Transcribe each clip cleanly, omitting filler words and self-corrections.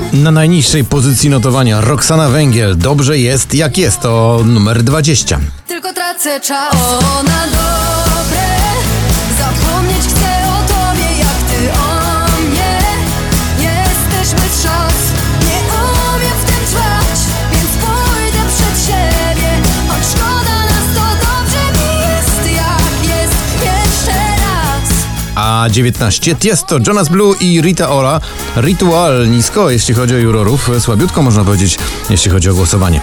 Na najniższej pozycji notowania Roxana Węgiel, Dobrze jest jak jest, to numer 20. Tylko tracę czas na dobre. Zapomnieć chcę o tobie, jak ty o mnie. Jesteśmy trzas, nie umiem w tym trwać, więc pójdę przed siebie. Choć szkoda nas, to dobrze mi jest, jak jest jeszcze raz. A 19. Tiesto, Jonas Blue i Rita Ora. Rytual nisko, jeśli chodzi o jurorów. Słabiutko można powiedzieć, jeśli chodzi o głosowanie.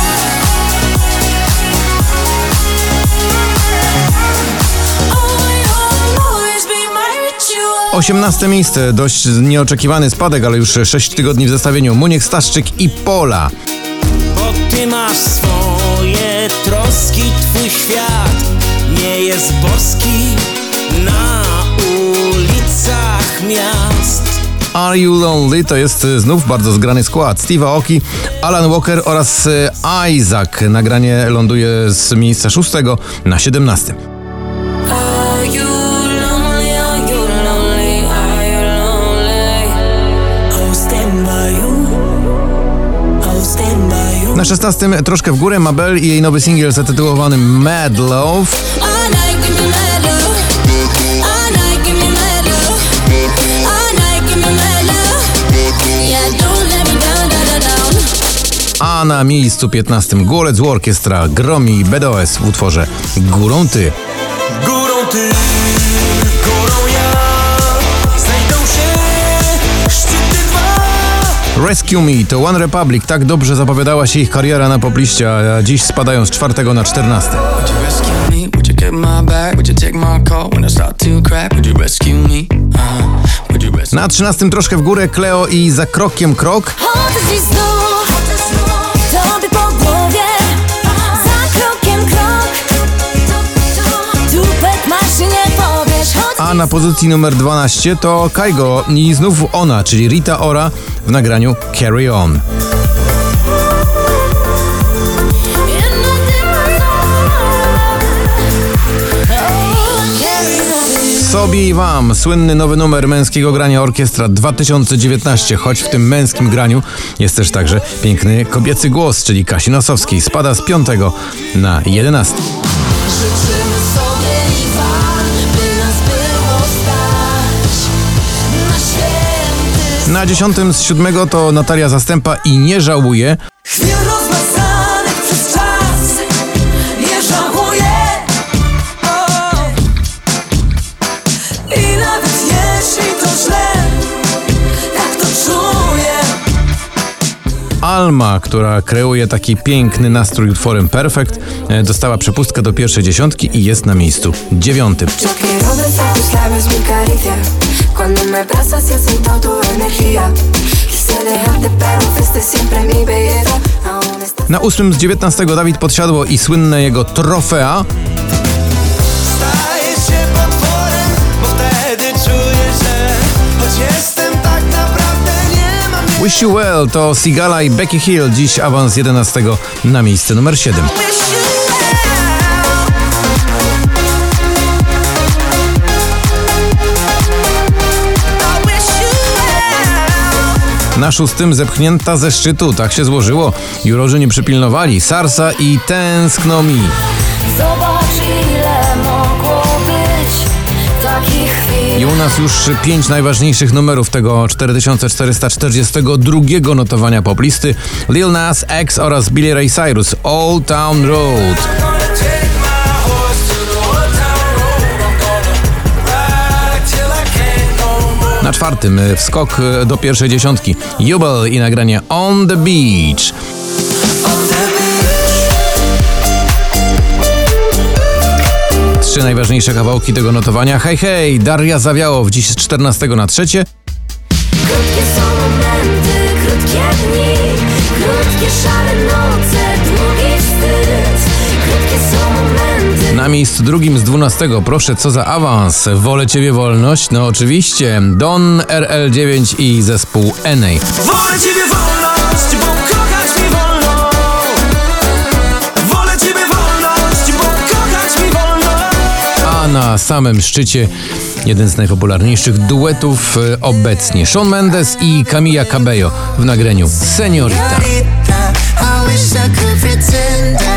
18 miejsce, dość nieoczekiwany spadek, ale już 6 tygodni w zestawieniu. Muniek Staszczyk i Pola. Bo ty masz swoje troski, twój świat nie jest boski na ulicach miast. Are You Lonely to jest znów bardzo zgrany skład. Steve Aoki, Alan Walker oraz Isaac. Nagranie ląduje z miejsca 6 na 17. Na 16 troszkę w górę Mabel i jej nowy singiel zatytułowany Mad Love. A na miejscu 15 Golec Orkiestra, Gromi i BDOS w utworze Górą Ty. Górą ty, górą ja, znajdą się szczyty dwa. Rescue Me to One Republic. Tak dobrze zapowiadała się ich kariera na popliście, a dziś spadają z 4 na 14. Na 13 troszkę w górę Cleo i Za krokiem krok. A na pozycji numer 12 to Kygo i znów ona, czyli Rita Ora w nagraniu Carry On. Sobie i wam, słynny nowy numer męskiego grania Orkiestra 2019, choć w tym męskim graniu jest też także piękny kobiecy głos, czyli Kasi Nosowskiej. Spada z 5 na 11. Życzymy sobie i wam, by nas było stać na święty. Na 10 z 7 to Natalia Zastępa i Nie żałuję. Chwil rozmazanych przez czas, nie żałuję. I nawet jeśli to źle, tak to czuję. Alma, która kreuje taki piękny nastrój utworem Perfect, dostała przepustkę do pierwszej dziesiątki i jest na miejscu 9. Na 8 z 19 Dawid Podsiadło i słynne jego Trofea. Staję się potworem, bo wtedy czuję, że choć jestem tak naprawdę nie mam. Wish You Well to Sigala i Becky Hill, dziś awans z 11 na miejsce numer 7. Na 6 zepchnięta ze szczytu, tak się złożyło. Jurorzy nie przypilnowali. Sarsa i Tęskno Mi. Zobacz, ile mogło być takich chwil. I u nas już 5 najważniejszych numerów tego 4442 notowania poplisty. Lil Nas X oraz Billy Ray Cyrus, Old Town Road. Na 4 wskok do pierwszej dziesiątki. Jubel i nagranie On the Beach. Trzy najważniejsze kawałki tego notowania. Hej, hej, Daria Zawiałow, dziś z 14 na 3. Krótkie są momenty, krótkie dni, krótkie szare noce, długi wstyd. Krótkie są momenty. Na miejscu drugim z 12, proszę, co za awans. Wolę Ciebie wolność? No oczywiście. Don, RL9 i zespół NA. Wolę ciebie wolność, bo kochać mi wolno. Wolę ciebie wolność, bo kochać mi wolno. A na samym szczycie Jeden z najpopularniejszych duetów obecnie. Shawn Mendes i Camila Cabello w nagraniu Señorita. I wish I could pretend